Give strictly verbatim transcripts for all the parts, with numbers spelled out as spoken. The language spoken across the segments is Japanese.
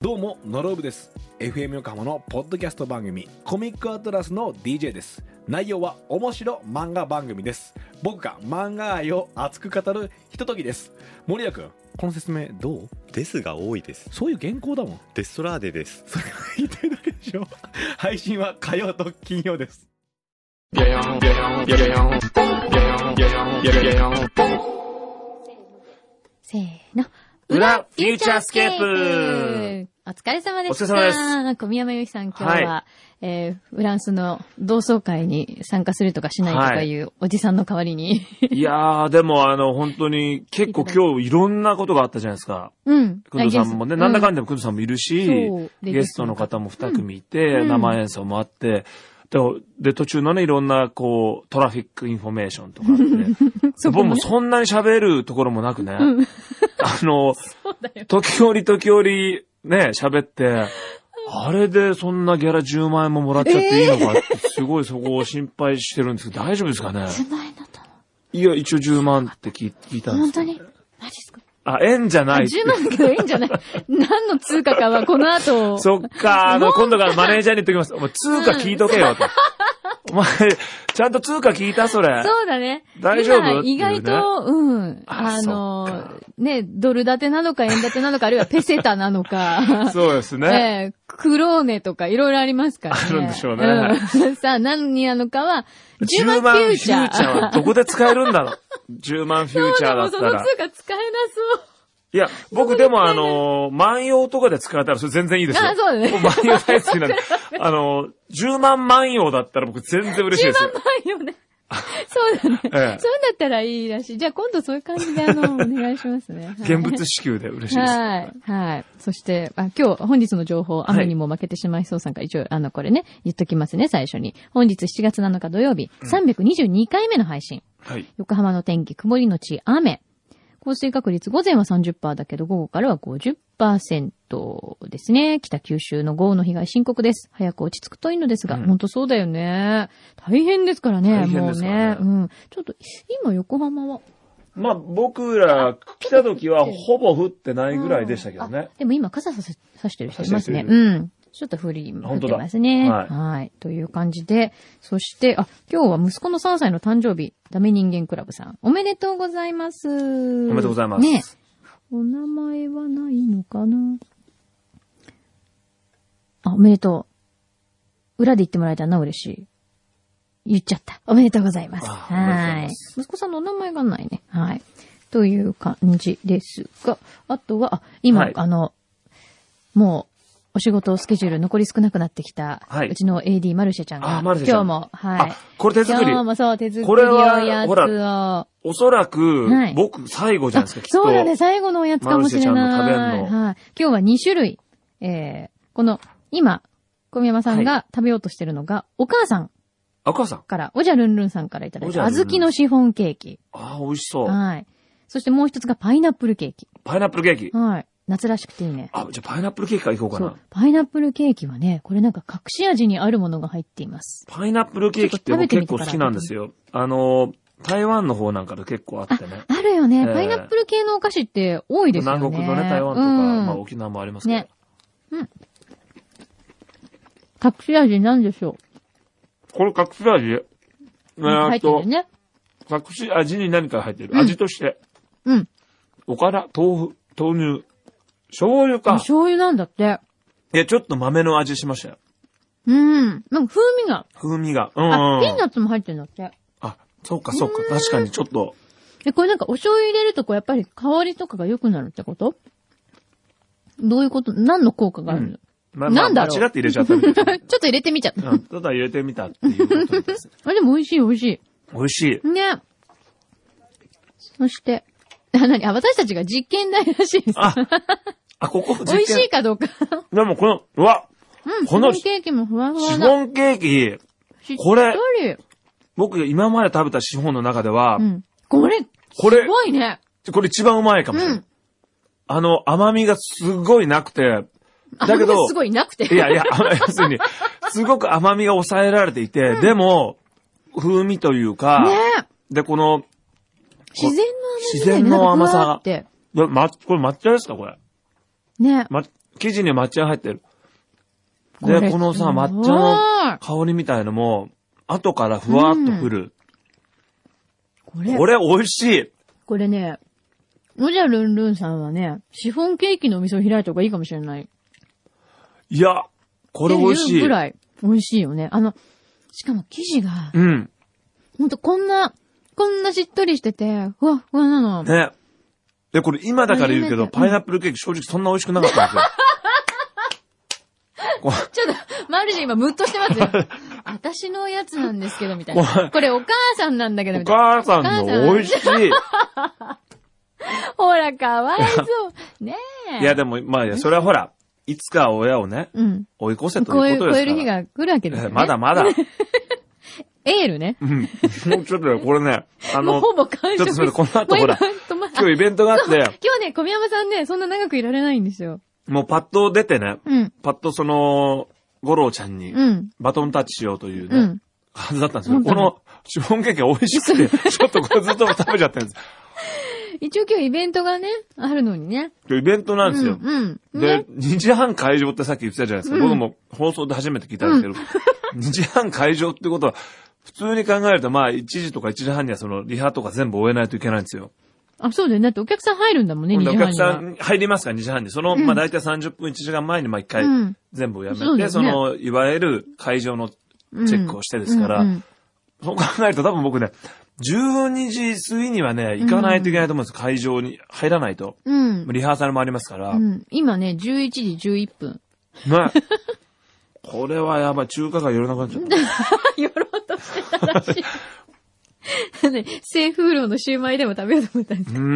どうもノロブです。 エフエム 横浜のポッドキャスト番組コミックアトラスの ディージェー です。内容は面白漫画番組です。僕が漫画愛を熱く語るひとときです。森谷君、この説明どう？ ですが多いです。 そういう原稿だもん。 デストラーデです。 それが言ってるだけでしょ。配信は火曜と金曜です。 せーの。 裏フューチャースケープ。 お疲れ様でした。 お疲れ様です。 小宮山由紀さん、今日は、 はい、 えー、フランスの同窓会に参加するとかしないとかいうおじさんの代わりに。 はい、いやー、でもあの、本当に結構今日いろんなことがあったじゃないですか。 うん。 くんどさんもね、なんだかんだくんどさんもいるし、ゲストの方も二組いて、うん、生演奏もあって、で, で、途中のね、いろんな、こう、トラフィックインフォメーションとかあって、僕もそんなに喋るところもなくね、うん、あの、時折時折ね、喋って、あれでそんなギャラじゅうまんえんももらっちゃっていいのかって、すごいそこを心配してるんですけど、大丈夫ですかね？ じゅうまんえんだったの？ いや、一応じゅうまんって聞いたんですけど。 本当に？マジですか？ あ、円じゃない。 じゅうまんだけど円じゃない。何の通貨かはこの後。 そっか、あの、今度からマネージャーに言っときます。お前、通貨聞いとけよと。お前、ちゃんと通貨聞いたそれ。 そうだね。 大丈夫？ 意外と、うん。あの、ね、ドル建てなのか円建てなのか、あるいはペセタなのか。 そうですね。 えー、クローネとかいろいろありますからね。 あるんでしょうね。 うん、さあ、何なのかは、じゅうまんフューチャー。 じゅうまんフューチャーはどこで使えるんだろう。じゅうまんフューチャーだったら。 そうだ、もうその通貨使えなそう。 いや、僕でもあの、万葉とかで使えたらそれ全然いいですよ。 あ、そうだね。 万葉大好きなんで。あの、じゅうまん万葉だったら僕全然嬉しいですよ。 じゅうまん万葉ね。そうだね。ええ、そういうんだったらいいらしい。じゃあ今度そういう感じであの、お願いしますね。 はい、現物支給で嬉しいです。 はい。はい。そして、あ、今日、本日の情報、雨にも負けてしまいそうさんから一応、あの、これね、言っときますね、最初に。本日しちがつなのか土曜日、さんびゃくにじゅうにかいめの配信。はい。横浜の天気、曇りのち雨。降水確率、午前は さんじゅっパーセント だけど、午後からは ごじゅっパーセント ですね。北九州の豪雨の被害深刻です。早く落ち着くといいのですが、うん、本当そうだよね。大変ですからね、 大変ですからね、 もうね。うん。ちょっと、今横浜は。 まあ、僕ら来た時はほぼ降ってないぐらいでしたけどね。 でも今傘させ、さしてる人いますね。うん。ちょっと降り、降ってますね。はい。はい。という感じで、そして、あ、今日は息子のさんさいの誕生日、ダメ人間クラブさん。おめでとうございます。おめでとうございます。 ね。お名前はないのかな？あ、おめでとう。裏で言ってもらえたらな、嬉しい。言っちゃった。おめでとうございます。はい。息子さんのお名前がないね。はい。という感じですが、あとは、あ、今、はい、あの、もう、お仕事スケジュール残り少なくなってきた、はい、うちの エーディー マルシェちゃんが、今日も、はい。 これ手作り？ 今日もそう手作りおやつを。これは、 おそらく、はい、僕最後じゃないですか、きっと。 そうだね、最後のおやつかもしれない。 マルシェちゃんの食べるの。 はい。今日はにしゅるい、えー、この、今、小宮山さんが食べようとしてるのが、はい、お母さん。 お母さんから、おじゃるんるんさんからいただいた、小豆のシフォンケーキ。 ああ、美味しそう。 はい。そしてもう一つがパイナップルケーキ。 パイナップルケーキ。 はい。夏らしくていいね。 あ、じゃあパイナップルケーキからいこうかな。そう。 パイナップルケーキはね、これなんか隠し味にあるものが入っています。 パイナップルケーキって僕結構好きなんですよ。あの、台湾の方なんかで結構あってね。 あ、あるよね、えー。パイナップル系のお菓子って多いですよね。 南国のね、台湾とか、うん、まあ沖縄もありますけど。ね。 うん。隠し味なんでしょう？ これ隠し味？ 入ってるね。 隠し味に何か入ってる。うん、味として。 うん。 おから、豆腐、豆乳。醤油か。 醤油なんだって。 いや、ちょっと豆の味しましたよ。 うん。なんか風味が。 風味が。うん、うん。 あ、ピーナッツも入ってるんだって。 あ、そうか、そうか。確かにちょっと。 え、これなんかお醤油入れるとこうやっぱり香りとかが良くなるってこと？どういうこと？何の効果があるの？うん、 まあ、まあ、なんだろう。間違って入れちゃったみたいな。 ちょっと入れてみちゃった。 うん。ただ入れてみたっていうことです。 あ、でも美味しい美味しい。 美味しい。 ね。そして、あ、なに、あ、私たちが実験台らしいです。 あ、あ、ここ実験。 美味しいかどうか。 でもこの、うわ、 うん、このシフォンケーキもふわふわだ。 シフォンケーキ、これ、僕今まで食べたシフォンの中では、 うん、これ、 これ、 すごいね。 これ一番うまいかもしれない。うん、あの、甘みがすごいなくて、 だけど、すごいなくて。 いやいや、要するに、すごく甘みが抑えられていて、うん、でも、風味というか、 ね、 で、この、 自然の甘さ。 自然の甘さが。ま、これ抹茶ですかこれ。 ね。 ま、 生地に抹茶が入ってる。で、このさ、抹茶の香りみたいのも、後からふわっとくる。うん、これ、これ美味しい。 これね、おじゃるんるんさんはね、シフォンケーキのお店を開いた方がいいかもしれない。 いや、これ美味しい。 ぐらい美味しいよね。あの、しかも生地が、 うん。 ほんとこんな、こんなしっとりしてて、ふわふわなの。 ね。で、これ今だから言うけど、パイナップルケーキ正直そんな美味しくなかったんですよ。 ちょっと、マルシー今ムッとしてますよ。私のやつなんですけど、みたいな。これお母さんなんだけど、みたいな。 お母さんの美味しい。 ほら、かわいそう。ねえ。 いや、でも、まあ、それはほら、いつか親をね、うん、追い越せということですから。 超える日が来るわけですよね。 まだまだ。 エールね。 うん。もうちょっとこれね、あの、 ほぼ完食。 ちょっとそれこの後ほら、今日イベントがあって。今日ね、小宮山さんね、そんな長くいられないんですよ。 もうパッと出てね、うん、パッとその、五郎ちゃんに、バトンタッチしようというね、うん、はずだったんですけど、このシフォンケーキが美味しくて、ちょっとこれずっと食べちゃってるんです。 一応今日イベントがね、あるのにね。 今日イベントなんですよ。うん。うん、で、ね、にじはん会場ってさっき言ってたじゃないですか。うん、僕も放送で初めて聞いたんですけど、うん、にじはん会場ってことは、普通に考えるとまあいちじとかいちじはんにはそのリハとか全部終えないといけないんですよ。 あ、そうだよね。だってお客さん入るんだもんね、にじはんには。 お客さん入りますから、にじはんに。その、うん、まあ大体さんじゅっぷんいちじかんまえにまあ一回全部やめて、うん そ, ね、その、いわゆる会場のチェックをしてですから、うんうんうん、そう考えると多分僕ね、じゅうにじ過ぎにはね、行かないといけないと思うんです。うん、会場に入らないと。うん。リハーサルもありますから。うん、 今ね、じゅういちじじゅういっぷん。 ね。これはやばい。中華街寄らなくなっちゃった。 寄ろうとしてたらしい。ね、西風楼のシューマイでも食べようと思ったんですけど。うん。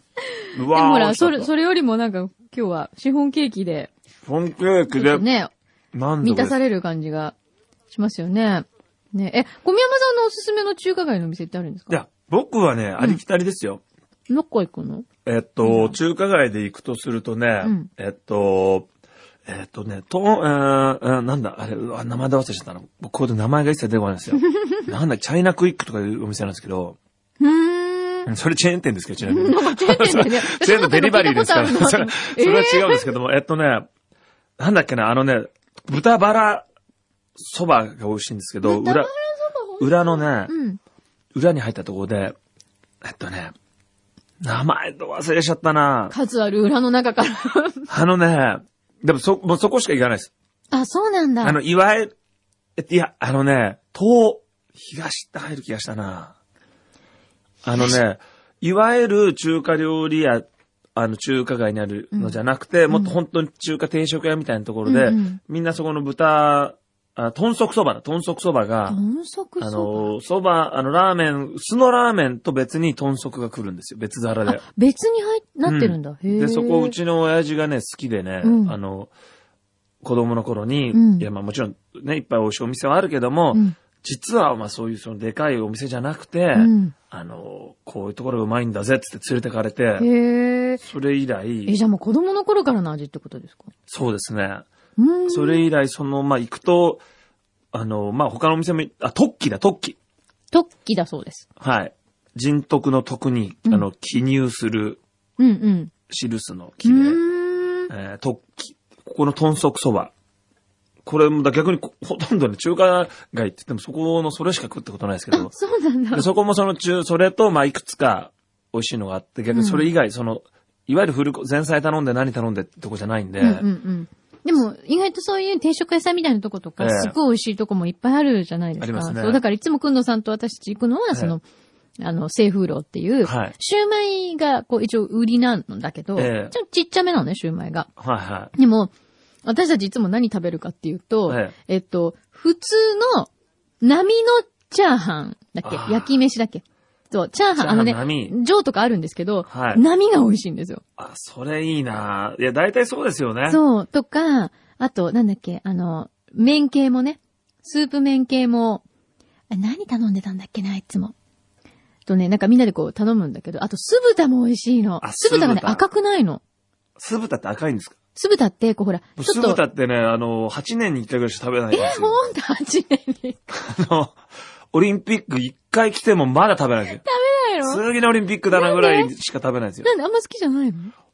うわでもほら、それ、それよりもなんか今日はシフォンケーキで。 シフォンケーキで。 ね、満たされる感じがしますよね。ねえ、小宮山さんのおすすめの中華街のお店ってあるんですか？ いや、僕はね、ありきたりですよ。 うん、どこ行くの？ えっと、うん、中華街で行くとするとね、うん、えっと、えっとね、と、えー、なんだ、あれ、名前で忘れちゃったの。僕、ここで名前が一切出てこないんですよ。なんだ、チャイナクイックとかいうお店なんですけど。うーん。それチェーン店ですけど、ちなみに。 なんかチェーン店ってね。 チェーンのデリバリーですから。それ、それは違うんですけども、えー、えっとね、なんだっけな、あのね、豚バラそばが美味しいんですけど、裏、裏のね、うん、裏に入ったところで、えっとね、名前と忘れちゃったな。 数ある裏の中から。 あのね、でもそ、もうそこしか行かないです。 あ、そうなんだ。 あの、いわゆる、いや、あのね、東、東って入る気がしたな。あのね、いわゆる中華料理屋、あの、中華街にあるのじゃなくて、うん、もっと本当に中華定食屋みたいなところで、うんうん、みんなそこの豚、あ、豚足そばだ、豚足そばが、 豚足そばあの、そば、あの、ラーメン、酢のラーメンと別に豚足が来るんですよ、別皿で。 別に入っ、なってるんだ。 うん、で、そこ、うちの親父がね、好きでね、うん、あの、子供の頃に、うん、いや、まあもちろんね、いっぱい美味しいお店はあるけども、うん、実は、まあそういうそのでかいお店じゃなくて、うん、あの、こういうところがうまいんだぜって連れてかれて、へそれ以来。 え、じゃあもう子供の頃からの味ってことですか？ そうですね。それ以来、その、まあ行くと、あの、まあ他のお店も、あ、トッキだ、トッキ。 トッキだそうです。 はい。人徳の徳に、うん、あの、記入する、うんうん。印の木で、えー、トッキ。ここの豚足そば。これも逆にほとんどね、中華街って言ってもそこのそれしか食ったことないですけど。 そうなんだ。 でそこもその中、それと、まあ、いくつか美味しいのがあって、逆にそれ以外、うん、その、いわゆるフル、前菜頼んで何頼んでってとこじゃないんで。うんうんうん。 でも、意外とそういう定食屋さんみたいなとことか、えー、すっごい美味しいとこもいっぱいあるじゃないですか。ありますね。そう、だからいつもくんのさんと私たち行くのは、その、えー、あの、西風楼っていう、はい、シューマイが、こう、一応売りなんだけど、えー、ちょっとちっちゃめなのね、シューマイが。はいはい。でも、私たちいつも何食べるかっていうと、ええ、えっと、普通の並のチャーハンだっけ？焼き飯だっけ？そう、チャーハン、あのね、上とかあるんですけど、はい、並が美味しいんですよ。 あ、それいいなぁ。いや、大体そうですよね。 そう、とか、あと、なんだっけ、あの、麺系もね、スープ麺系も、何頼んでたんだっけな、いつも。とね、なんかみんなでこう頼むんだけど、あと酢豚も美味しいの。酢豚がね、赤くないの。 酢豚って赤いんですか？ 酢豚って、こうほら、ちょっと。 酢豚ってね、あの、はちねんにいっかいぐらいしか食べないんですよ。 え、ほんとはちねんにいっかい。 あの、オリンピックいっかい来てもまだ食べないんですよ。 食べないの？ 次のオリンピックだなぐらいしか食べないんですよ。 なんであんま好きじゃないの？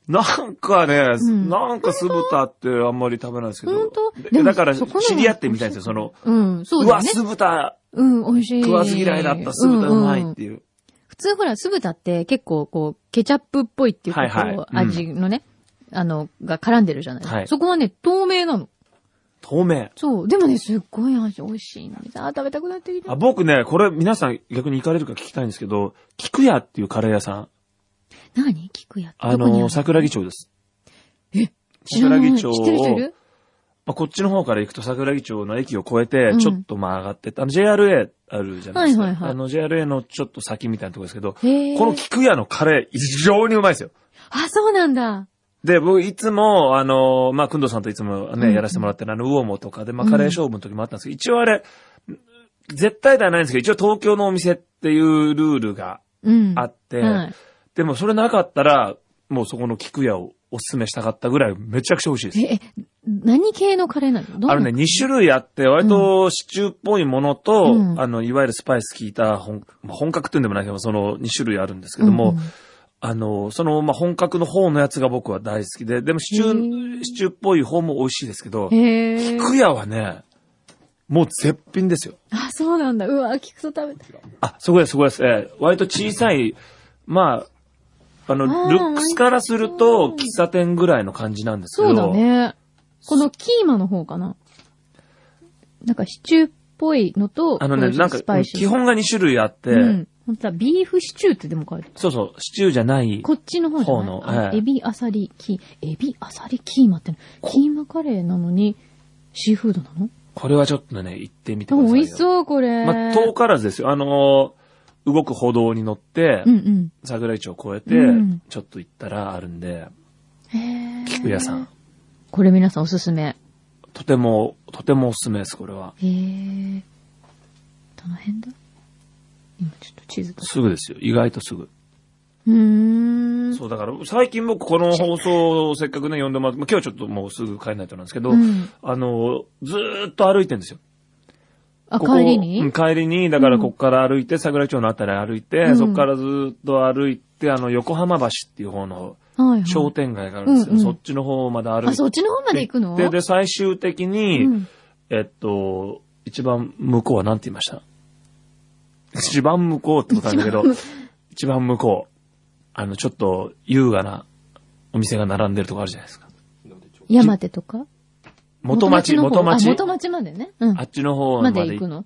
なんかね、 うん、 なんか酢豚ってあんまり食べないですけど。 本当だから知り合ってみたいんですよ、その。 うん、そうだね。 うわ、酢豚。 うん、美味しい。 食わず嫌いだった酢豚うまいっていう。うんうん、 普通ほら、酢豚って結構こう、ケチャップっぽいっていうか、はいはい、味のね、うん、あの、が絡んでるじゃないですか。はい、そこはね、透明なの。 透明。 そう。でもね、すっごい味美味しいのにさ、食べたくなってきた。 あ、僕ね、これ皆さん逆に行かれるか聞きたいんですけど、菊屋っていうカレー屋さん。 何菊屋って。 あの、桜木町です。 え桜木町を、 知ってる人いる？ まあ、こっちの方から行くと桜木町の駅を越えて、ちょっとまあ上がってって、うん、あの ジェイアールエー あるじゃないですか。はいはいはい。あの ジェイアールエー のちょっと先みたいなところですけど、この菊屋のカレー、非常にうまいですよ。 あ、そうなんだ。 で、僕いつも、あの、まあ、くんどうさんといつもね、うん、やらせてもらってるあの、ウオモとかで、まあ、カレー勝負の時もあったんですけど、うん、一応あれ、絶対ではないんですけど、一応東京のお店っていうルールがあって、うんはい、でもそれなかったら、もうそこの菊屋をおすすめしたかったぐらいめちゃくちゃ美味しいです。 え、え、何系のカレーなの？どんな？ あのね、に種類あって、割とシチューっぽいものと、うん、あの、いわゆるスパイス効いた本、本格ってんでもないけど、そのに種類あるんですけども、うんうん、あの、その、まあ、本格の方のやつが僕は大好きで、でもシチュー、シチューっぽい方も美味しいですけど、菊屋はね、もう絶品ですよ。 あ、そうなんだ。うわ、菊と食べたい。 あ、そこです、そこです。えー、割と小さい、まあ、あの、ルックスからすると、喫茶店ぐらいの感じなんですけど。 そうだね。このキーマの方かな。なんかシチューっぽいのと、 あのね、なんか、基本がに種類あって、うん、 本当はビーフシチューってでも書いてある。 そうそう、シチューじゃない。 こっちの方じゃない方の、はい、エビ、アサリ、キー、エビ、アサリ、キーマって、キーマカレーなのに、シーフードなの？ これはちょっとね、行ってみてくださいよ。 美味しそう、これ。 まあ、遠からずですよ。あのー、動く歩道に乗って、うんうん、桜井町を越えて、うん、ちょっと行ったらあるんで、菊屋さん。 これ皆さんおすすめ。 とても、とてもおすすめです、これは。 へー。どの辺だ？今ちょっと地図だ。 すぐですよ。意外とすぐ。 うーん。 そう、だから、最近僕この放送をせっかくね、読んでもらって、今日はちょっともうすぐ帰らないとなんですけど、うん、あの、ずーっと歩いてるんですよ。 あ、 ここ帰りに？ うん、帰りに、だからここから歩いて、桜井町のあたり歩いて、うん、そこからずーっと歩いて、あの、横浜橋っていう方の商店街があるんですよ。はいはい、そっちの方まで歩いて。 あ、そっちの方まで行くの？ で、で、最終的に、うん、えっと、一番向こうは何て言いました？一番向こうってことなんだけど、一番向こう。あの、ちょっと優雅なお店が並んでるとこあるじゃないですか。 山手とか？ 元町、元町。 元町までね。うん。 あっちの方まで行って、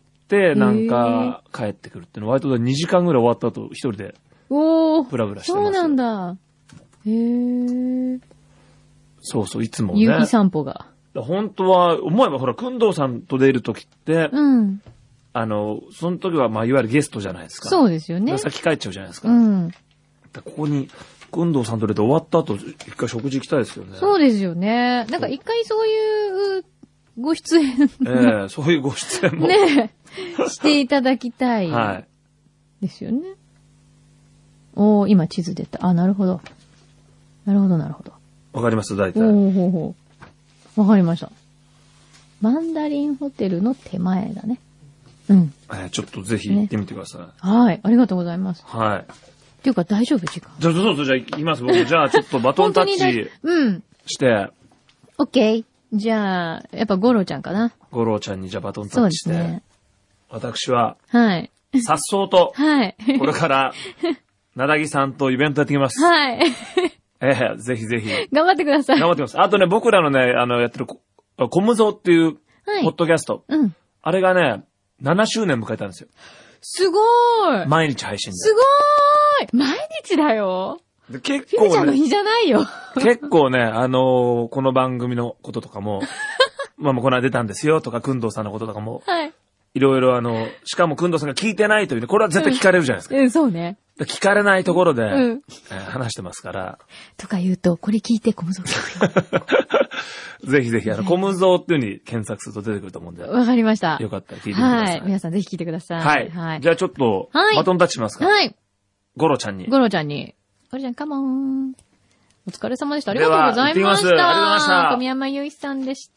なんか帰ってくるっていうの割とにじかんぐらい終わった後一人で、おー。ブラブラしてます。 そうなんだ。へー。 そうそう、いつもね。 夕日散歩が。 本当は、思えばほら、くんどうさんと出るときって、うん。あの、その時は、まあ、いわゆるゲストじゃないですか。 そうですよね。 先帰っちゃうじゃないですか。 うん。 ここに、くんどうさんと出て終わった後、一回食事行きたいですよね。 そうですよね。なんか一回そういうご出演。 ええー、そういうご出演も。 ねしていただきたい。はい。ですよね。おー、今地図出た。あ、なるほど。なるほど、なるほど。 わかります大体。 おーほうほう。わかりました。マンダリンホテルの手前だね。うん。 えー、ちょっとぜひ行ってみてください。ね、 はい。ありがとうございます。 はい。 っていうか大丈夫時間。 そうそうそう、じゃあ行きます。僕、じゃあちょっとバトンタッチうん。して。 オッケー。じゃあ、やっぱゴロちゃんかな。 ゴロちゃんにじゃあバトンタッチして。そうですね。私は、 はい。 さっそうと、 はい。 これから、なだぎさんとイベントやってきます。 はい。 ええー、ぜひぜひ。 頑張ってください。 頑張ってます。あとね、僕らのね、あの、やってる、コムゾーっていう、ポッドキャスト。はい、うん。あれがね、ななしゅうねん迎えたんですよ。 すごーい。 毎日配信で。 すごーい。毎日だよ。 で結構、ね、 フィルちゃんの日じゃないよ。 結構ね、あのー、この番組のこととかも、まあもうこの間出たんですよとか、くんどうさんのこととかも、はい。いろいろあの、しかもくんどうさんが聞いてないというね、これは絶対聞かれるじゃないですか。 うん、うん、そうね。 聞かれないところで、うんえー、話してますから。 とか言うと、これ聞いてコムゾー聞くよ。 ぜひぜひ、あの、コムゾーっていう風に検索すると出てくると思うんで。 わかりました。 よかったら聞いてみてください。 はい。皆さんぜひ聞いてください。 はい。はい、じゃあちょっと、はい、バトンタッチしますか。 はい。 ゴロちゃんに。 ゴロちゃんに。ゴロちゃん、カモン。お疲れ様でした。ありがとうございました。ありがとうございました。小宮山由依さんでした。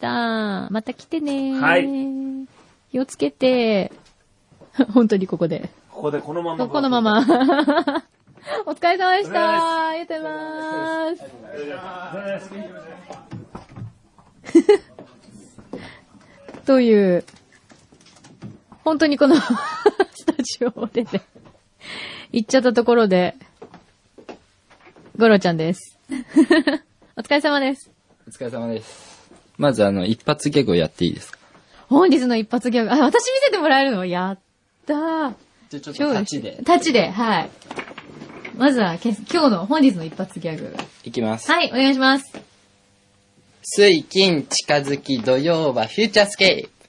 また来てね。はい。気をつけて。本当にここで。 ここでこのまま。 このまま。 お疲れ様でした。ありがとうございます。という、本当にこのスタジオを出て行っちゃったところで、ゴロちゃんです。お疲れ様です。 お疲れ様です。まずあの、一発ギャグをやっていいですか？ 本日の一発ギャグ、あ、私見せてもらえるの？やったー。 じゃあちょっと立ちで。 立ちで、はい。まずは、今日の本日の一発ギャグ。 いきます。 はい、お願いします。 水金近づき土曜はフューチャースケープ。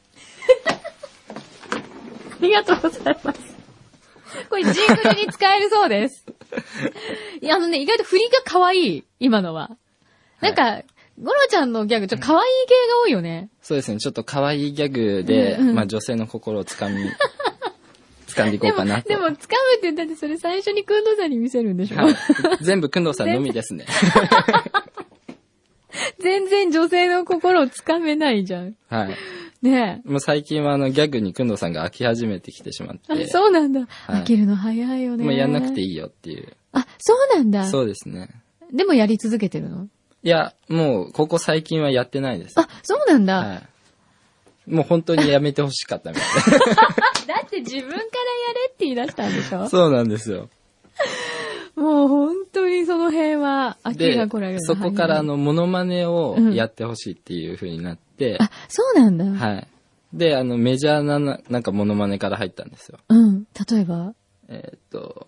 ありがとうございます。これジングルに使えるそうです。いや、あのね、意外と振りが可愛い、今のは。なんか、はい、ゴロちゃんのギャグ、ちょっと可愛い系が多いよね。 そうですね、ちょっと可愛いギャグで、うんうん、まあ女性の心をつかみ、掴んでいこうかなと。 でも、でも掴むって言ったってそれ最初にくんどさんに見せるんでしょ？ はい、全部くんどさんのみですね。 全然女性の心をつかめないじゃん。 はい。 ねえ。 もう最近はあのギャグにくんどさんが飽き始めてきてしまって。 あ、そうなんだ。 はい、 飽きるの早いよね。 もうやんなくていいよっていう。 あ、そうなんだ。 そうですね。 でもやり続けてるの？ いや、もうここ最近はやってないです。 あ、そうなんだ。 はい。もう本当にやめてほしかったみたいな。だって自分からやれって言い出したんでしょ？ そうなんですよ。 もう本当にその辺は飽きが来られるの。 そこからあのモノマネをやってほしいっていう風になって、 うん、あ、そうなんだ。 はい。で、あのメジャーなな、なんかモノマネから入ったんですよ。 うん。例えば？ えー、っと、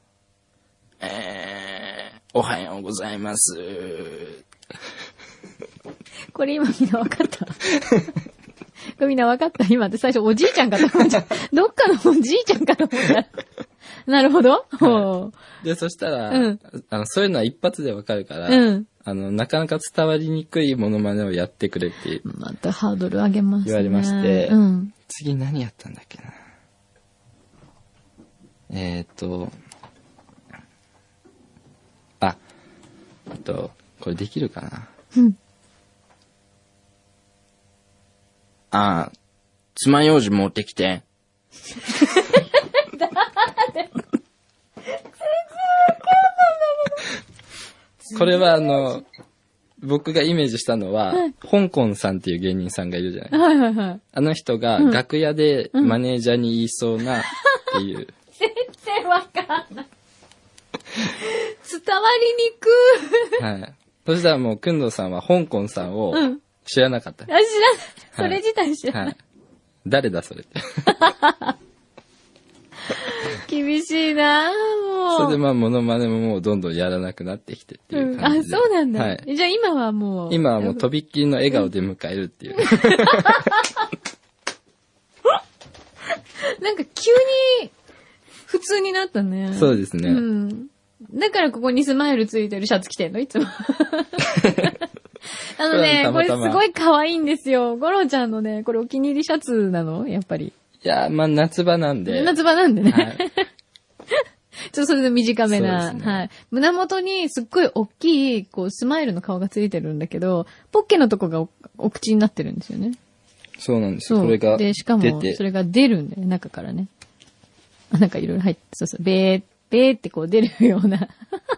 えー、おはようございます。 これ今みんなわかった？これみんなわかった？今って最初おじいちゃんかと思っちゃう。どっかのおじいちゃんかと思っちゃう。なるほど。 はい、で、そしたら、うん、あの、そういうのは一発でわかるから、うん、あの、なかなか伝わりにくいモノマネをやってくれってまたハードル上げますね。 言われまして、 うん、 次何やったんだっけな。えーっと、あ、あと、これできるかな。うん。あ、爪楊枝持ってきて。これはあの、僕がイメージしたのは、はい、香港さんっていう芸人さんがいるじゃないですか。 はいはいはい。 あの人が楽屋でマネージャーに言いそうなっていう。うんうん、 全然わかんない。伝わりにくい。 はい。そしたらもう、くんどさんは香港さんを知らなかった。うん、 あ、知らない。それ自体知らない。はい、 誰だそれって。 厳しいなぁ、もう。 それでまあ、モノマネももうどんどんやらなくなってきてっていう感じで。 うん、あ、そうなんだ。 はい。 じゃあ今はもう。 今はもうとびっきりの笑顔で迎えるっていう。 なんか急に普通になったね。 そうですね。 うん。だからここにスマイルついてるシャツ着てんのいつも。あのね、これすごい可愛いんですよ。ゴロちゃんのね、これお気に入りシャツなのやっぱり。 いや、まあ夏場なんで。 夏場なんでね。はい、ちょっとそれで短めな、ね、はい。胸元にすっごい大きい、こう、スマイルの顔がついてるんだけど、ポッケのとこが お, お口になってるんですよね。 そうなんですよ。これが出て。 で、しかも、それが出るんだよ、中からね。なんかいろいろ入って、そうそう、べー、べーってこう出るような。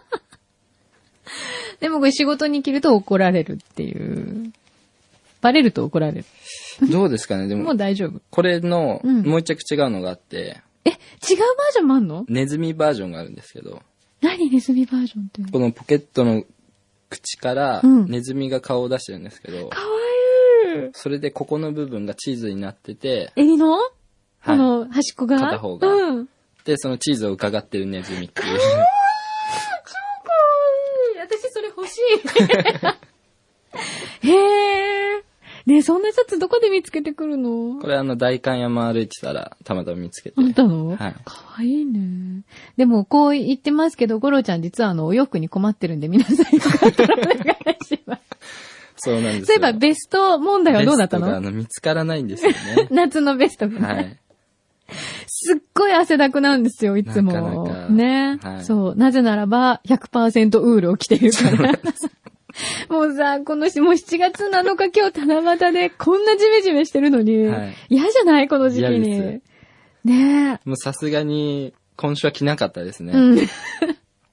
でもこれ仕事に着ると怒られるっていう。バレると怒られる。 どうですかねでも。 もう大丈夫。 これの、もう一着違うのがあって。 うん、え、違うバージョンもあんの？ ネズミバージョンがあるんですけど。 何ネズミバージョンって？ このポケットの口から、ネズミが顔を出してるんですけど。 かわいい。 それでここの部分がチーズになってて。 襟の？はい。この端っこが？ 片方が。うん。で、そのチーズを伺ってるネズミっていう。超かわいい。私それ欲しい。へー。ねえ、そんなシャツどこで見つけてくるの？ これあの、代官山歩いてたら、たまたま見つけて。 あったの？ はい。 かわいいね。でも、こう言ってますけど、ゴロちゃん実はあの、お洋服に困ってるんで、皆さんよかったらお願いします。 そうなんですよ。 そういえば、ベスト問題はどうだったの？ ベストがあの、見つからないんですよね。 夏のベストが、ね。はい。すっごい汗だくなんですよ、いつも。なかなかね、はい。そう。なぜならば、ひゃくパーセント ウールを着てるから。もうさ、このし、もうしちがつなのか今日七夕でこんなジメジメしてるのに、はい、嫌じゃないこの時期に。ねえ。 もうさすがに、今週は着なかったですね。うん。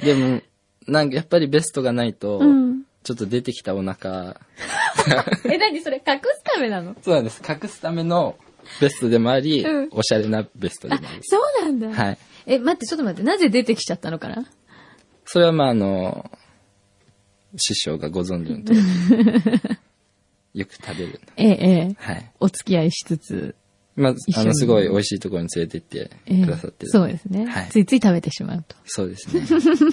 でも、なんかやっぱりベストがないと、うん、ちょっと出てきたお腹。 え、何それ隠すためなの？ そうなんです。隠すためのベストでもあり、うん、おしゃれなベストでもあり。 そうなんだ。 はい。 え、待って、ちょっと待って。なぜ出てきちゃったのかな？ それはまあ、あの、師匠がご存知の通り。よく食べる。 ええ、ええ。 はい。 お付き合いしつつ。 まあ、あの、すごい美味しいところに連れて行ってくださってる、 えー。そうですね、はい。ついつい食べてしまうと。 そうですね。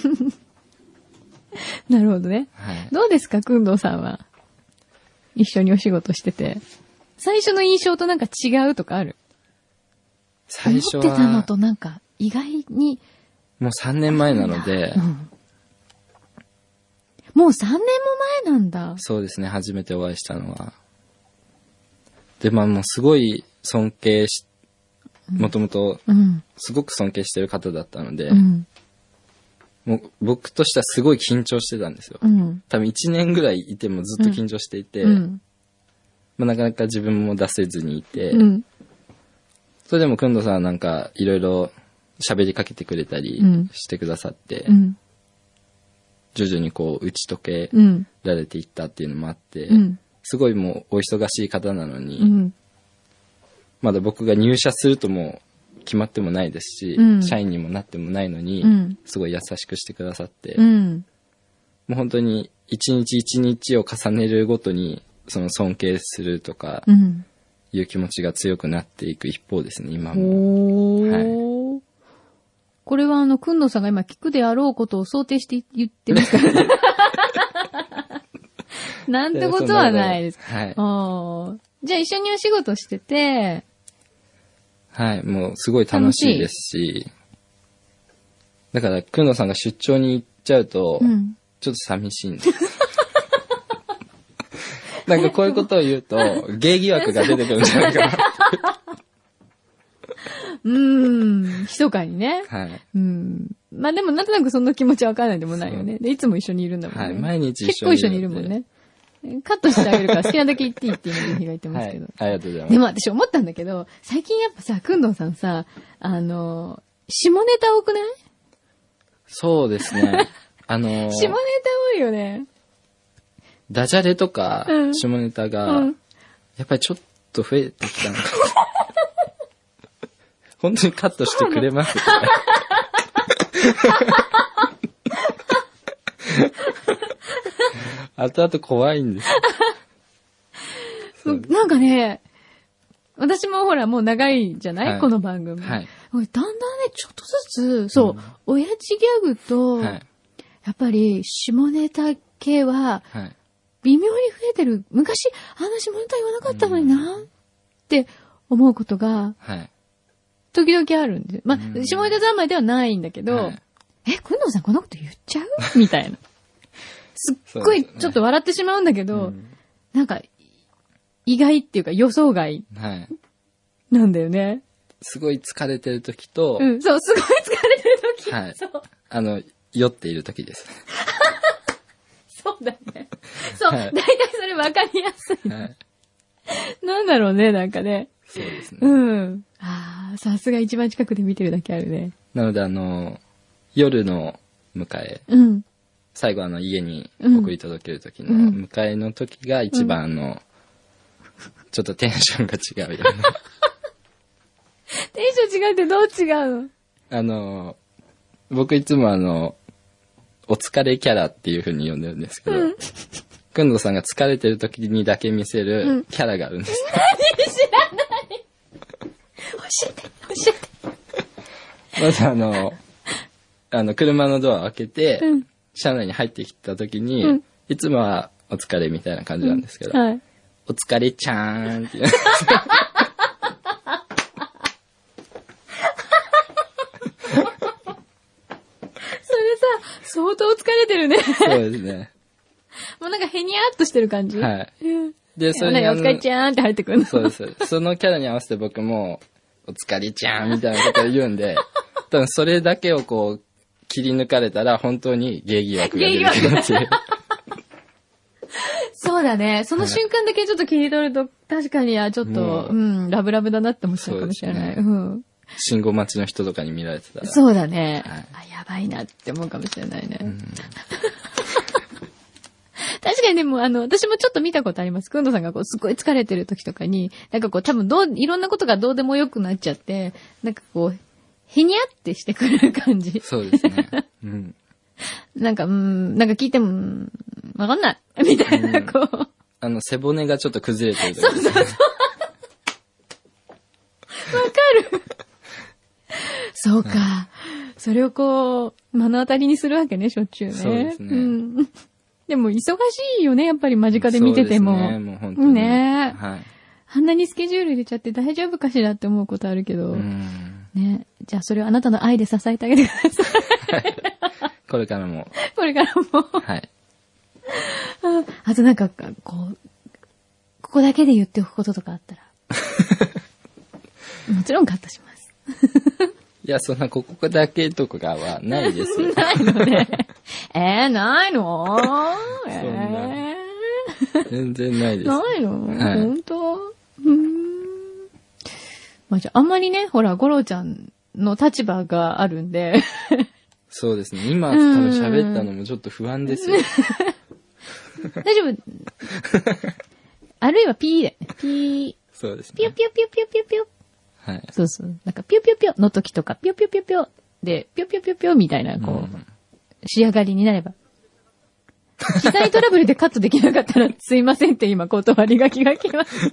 なるほどね。 はい。 どうですか、くんどうさんは。一緒にお仕事してて。最初の印象となんか違うとかある？ 最初は。 思ってたのとなんか意外に。 もうさんねんまえなので。うん、 もうさんねんも前なんだ。 そうですね、初めてお会いしたのは。で、まあもうすごい尊敬し、もともと、すごく尊敬してる方だったので、うん、もう僕としてはすごい緊張してたんですよ。うん、多分いちねんぐらいいてもずっと緊張していて、うん、まあ、なかなか自分も出せずにいて、うん、それでもくんどさんはなんかいろいろ喋りかけてくれたりしてくださって、うん、徐々にこう打ち解けられていったっていうのもあって、うん、すごいもうお忙しい方なのに、うん、まだ僕が入社するとも決まってもないですし、うん、社員にもなってもないのに、うん、すごい優しくしてくださって、うん、もう本当に一日一日を重ねるごとにその尊敬するとかいう気持ちが強くなっていく一方ですね、今も。はい、 これはあの、くんのさんが今聞くであろうことを想定して言ってますからね。なんてことはないです。 はい。 あじゃあ一緒にお仕事してて。 はい、もうすごい楽しいですし。だから、くんのさんが出張に行っちゃうと、うん、ちょっと寂しいんです。なんかこういうことを言うと、芸疑惑が出てくるんじゃないかな。 うーん、密かにね。 はい。 うん。まあでもなんとなくそんな気持ちわからないでもないよね。で、いつも一緒にいるんだもんね。 はい、毎日一緒にいる。結構一緒にいるもんね。カットしてあげるから好きなだけ言っていいって今日が言ってますけど。 はい、ありがとうございます。 でも私思ったんだけど、最近やっぱさ、くんどんさんさ、あの、下ネタ多くない？ そうですね。あのー、 下ネタ多いよね。 ダジャレとか、下ネタが、うん、やっぱりちょっと増えてきたのか。本当にカットしてくれますか？後々怖いんです。 なんかね、私もほらもう長いじゃない、はい、この番組。 はい。 だんだんね、ちょっとずつ、そう、うん、親父ギャグと、はい、やっぱり下ネタ系は、微妙に増えてる。昔、あんな下ネタ言わなかったのにな、って思うことが、 はい、 時々あるんです。まあ、下ネタ三昧ではないんだけど、はい、え、くんどうさんこんなこと言っちゃうみたいな。すっごいちょっと笑ってしまうんだけど、ね、なんか、意外っていうか予想外。 はい。 なんだよね。 すごい疲れてる時と、 うん、そう、すごい疲れてる時。 はい。 そう。 あの、酔っている時です。 そうだね。そう、はい、だいたいそれ分かりやすい。はい。なんだろうね、なんかね。 そうですね。 うん。ああ、さすが一番近くで見てるだけあるね。 なので、あの、夜の迎え。 うん。 最後、あの、家に送り届ける時の迎えの時が一番、あの、うん、ちょっとテンションが違うよね。 テンション違うってどう違うの？ あの、僕いつもあの、お疲れキャラっていう風に呼んでるんですけど、うん、くんどさんが疲れてる時にだけ見せるキャラがあるんです。 うん、何？知らない。教えて、教えて。 まずあの、あの、車のドアを開けて、うん、車内に入ってきた時に、うん、いつもはお疲れみたいな感じなんですけど、うんはい、お疲れちゃーんって言うんです。 それさ、相当疲れてるね。 そうですね。 もうなんかへにゃーっとしてる感じ。 はい。 で、それにお疲れちゃーんって入ってくるの。 そうです。そのキャラに合わせて僕も、お疲れちゃーんみたいなことを言うんで、多分それだけをこう、切り抜かれたら本当に芸疑惑が出てくるっていう。 そうだね。その瞬間だけちょっと切り取ると、確かにはちょっと、うん、うん、ラブラブだなって思っちゃうかもしれない。うね、うん。 信号待ちの人とかに見られてたら。 そうだね。 はい、 あ、やばいなって思うかもしれないね。うん、確かにでも、あの、私もちょっと見たことあります。くんどさんがこう、すごい疲れてる時とかに、なんかこう、多分どう、いろんなことがどうでもよくなっちゃって、なんかこう、へにゃってしてくる感じ。 そうですね。うん。 なんか、うん、なんか聞いても、わかんない。みたいな、こう、うん。 あの、背骨がちょっと崩れてる時。 そうそうそう。わかる。そうか。それをこう、目の当たりにするわけね、しょっちゅうね。 そうですね。うん、 でも、忙しいよね、やっぱり間近で見てても。 そうですね、もう本当に。 ねはい。 あんなにスケジュール入れちゃって大丈夫かしらって思うことあるけど。うん、ね。じゃあ、それをあなたの愛で支えてあげてください。はい、 これからも。 これからも。 はい。 あ, あとなんか、こう、ここだけで言っておくこととかあったら。もちろんカットします。 いや、そんなここだけとかはないですよ。 ないのね。えー、ないのそんな、えー。全然ないです。 ないの、 はい、 本当うーん。まあ、じゃあ、あんまりね、ほら、ゴロちゃんの立場があるんで。 そうですね。今、多分喋ったのもちょっと不安ですよ。 大丈夫。あるいはピーで。ピー。 そうですね。 ピヨピヨピヨピヨピヨピヨ。 はい。 そうそう。なんか、ピヨピヨピヨの時とか、ピヨピヨピヨピヨで、ピヨピヨピヨピヨみたいな、こう、うん、仕上がりになれば。機材トラブルでカットできなかったら、すいませんって今、断り書きが来ました。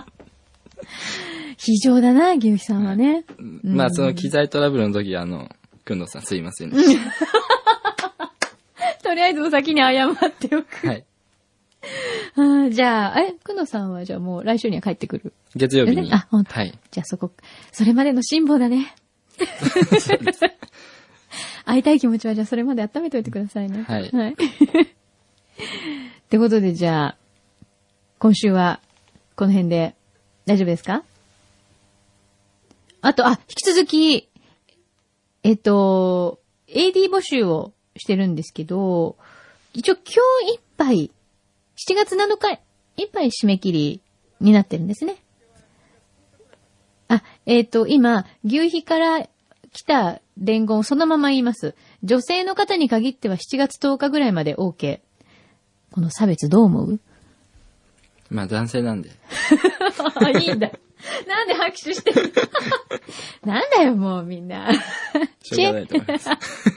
非常だな、牛肥さんはね。 うん、まあ、その機材トラブルの時は、あの、くんどさんすいませんでした。 とりあえずお先に謝っておく。 はい。 あじゃあ、え、くのさんはじゃあもう来週には帰ってくる。 月曜日に。 あ、ほんと。 はい。 じゃあそこ、それまでの辛抱だね。そうです。会いたい気持ちはじゃあそれまで温めておいてくださいね。 はい。 はい。ってことでじゃあ、今週はこの辺で大丈夫ですか？あと、あ、引き続き、えっと、エーディー 募集をしてるんですけど、一応今日いっぱい、しちがつなのかいっぱい締め切りになってるんですね。あ、えっと、今、牛皮から来た伝言をそのまま言います。女性の方に限ってはしちがつとおかぐらいまで OK。この差別どう思う？ まあ男性なんで。 あ、いいんだ。なんで拍手してるなんだよ、もうみんな。 しょうがないと思います。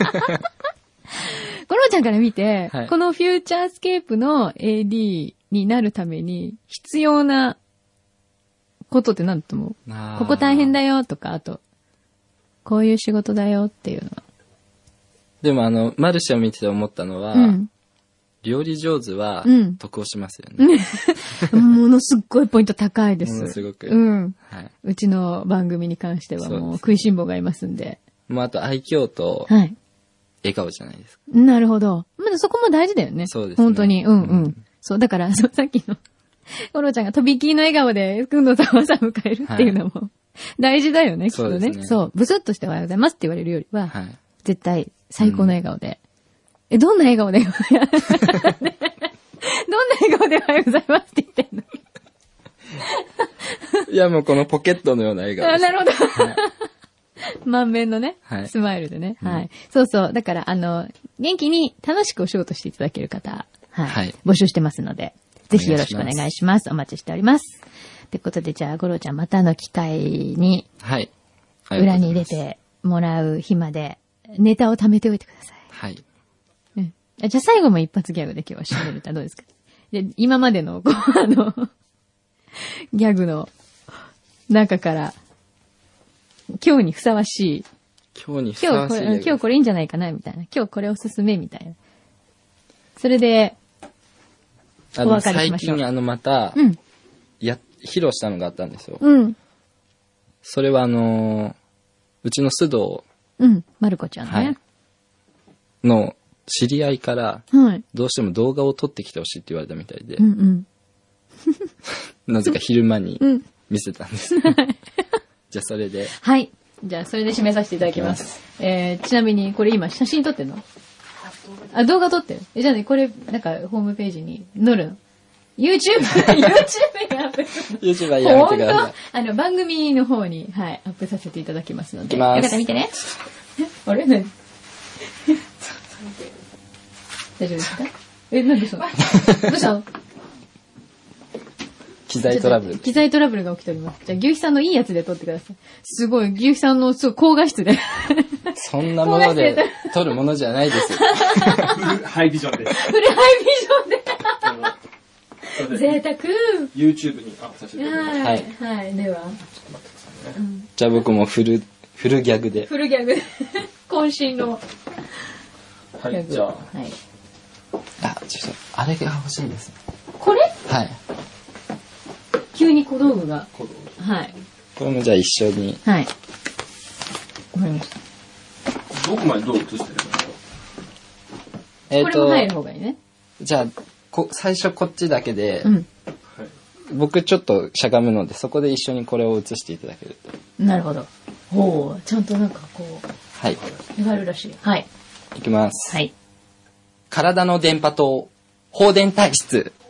ゴロちゃんから見て、 はい、 このフューチャースケープの エーディー になるために必要なことって何だと思う？ここ大変だよとか、あと、こういう仕事だよっていうのは。 でもあの、マルシェを見てて思ったのは、うん、料理上手は得をしますよね。 うん、ものすっごいポイント高いです。 ものすごく。 うん。はい、うちの番組に関してはもう食いしん坊がいますんで。 もうあと愛嬌と、はい。笑顔じゃないですか。 なるほど。まだそこも大事だよね。 そうですね。 本当に。うんうん。うん、そう、だから、そう、さっきの、ゴロちゃんがとびきりの笑顔で、くんのさんはさ迎えるっていうのも、はい、大事だよね、きっとね。そうですね。そう。ブスッとしておはようございますって言われるよりは、はい、絶対最高の笑顔で。うん、え、どんな笑顔でどんな笑顔でおはようございますって言ってんのいや、もうこのポケットのような笑顔です。 あ、なるほど。はい満面のね、はい、スマイルでね、はい、うん。そうそう。だから、あの、元気に楽しくお仕事していただける方、はい。はい、募集してますので、ぜひよろしくお願いします。お待ちしております。ということで、じゃあ、ゴロちゃん、またの機会に、はい。裏に入れてもらう日まで、ネタを貯めておいてください。はい。うん、じゃあ、最後も一発ギャグで今日は締めるとはどうですか？で今までの、こう、あの、ギャグの中から、今日にふさわしい。 今日にふさわしい。 今日これ、今日これいいんじゃないかなみたいな。今日これおすすめみたいな。それで、お別れしましょう。 最近あのまた、うん、や、披露したのがあったんですよ。うん。それはあのー、うちの須藤。 うん。まる子ちゃんね。はい。 の知り合いから、はい。どうしても動画を撮ってきてほしいって言われたみたいで。うんうん。なぜか昼間に見せたんです。うん、はい。じゃあそれで。 はい。じゃあそれで締めさせていただきます。えー、ちなみにこれ今写真撮ってんの？あ、動画撮ってる。え、じゃあね、これなんかホームページに載るの？ YouTube、YouTube にアップする。 YouTube はやめてください。 あの、番組の方に、はい、アップさせていただきますので。 いきます。 よかったら見てね。あれ何大丈夫ですか？え、なんでそうどうしたの？ 機材トラブル。 機材トラブルが起きております。じゃあ、牛肥さんのいいやつで撮ってください。すごい、牛肥さんの、すごい、高画質で。 そんなもので撮るものじゃないですよ。 ハイビジョンで。 フルハイビジョンで。贅沢。 YouTube にアップさせていただきます。 はい。はい。では。 じゃあ僕もフル、フルギャグで。 フルギャグ。渾身の。 はい、じゃあ。はい。 あ、ちょっと、あれが欲しいです。 これ？ はい。 急に小道具が。小道具。はい。 これもじゃあ一緒に。 はい。わかりました。 どこまでどう映してるの？ えっと。 これも入る方がいいね。 じゃあ、こ、最初こっちだけで、 うん、 僕ちょっとしゃがむので、そこで一緒にこれを映していただけると。 なるほど。おー、ちゃんとなんかこう。 はい。 やがるらしい。はい。 いきます。 はい。 体の電波塔、放電体質。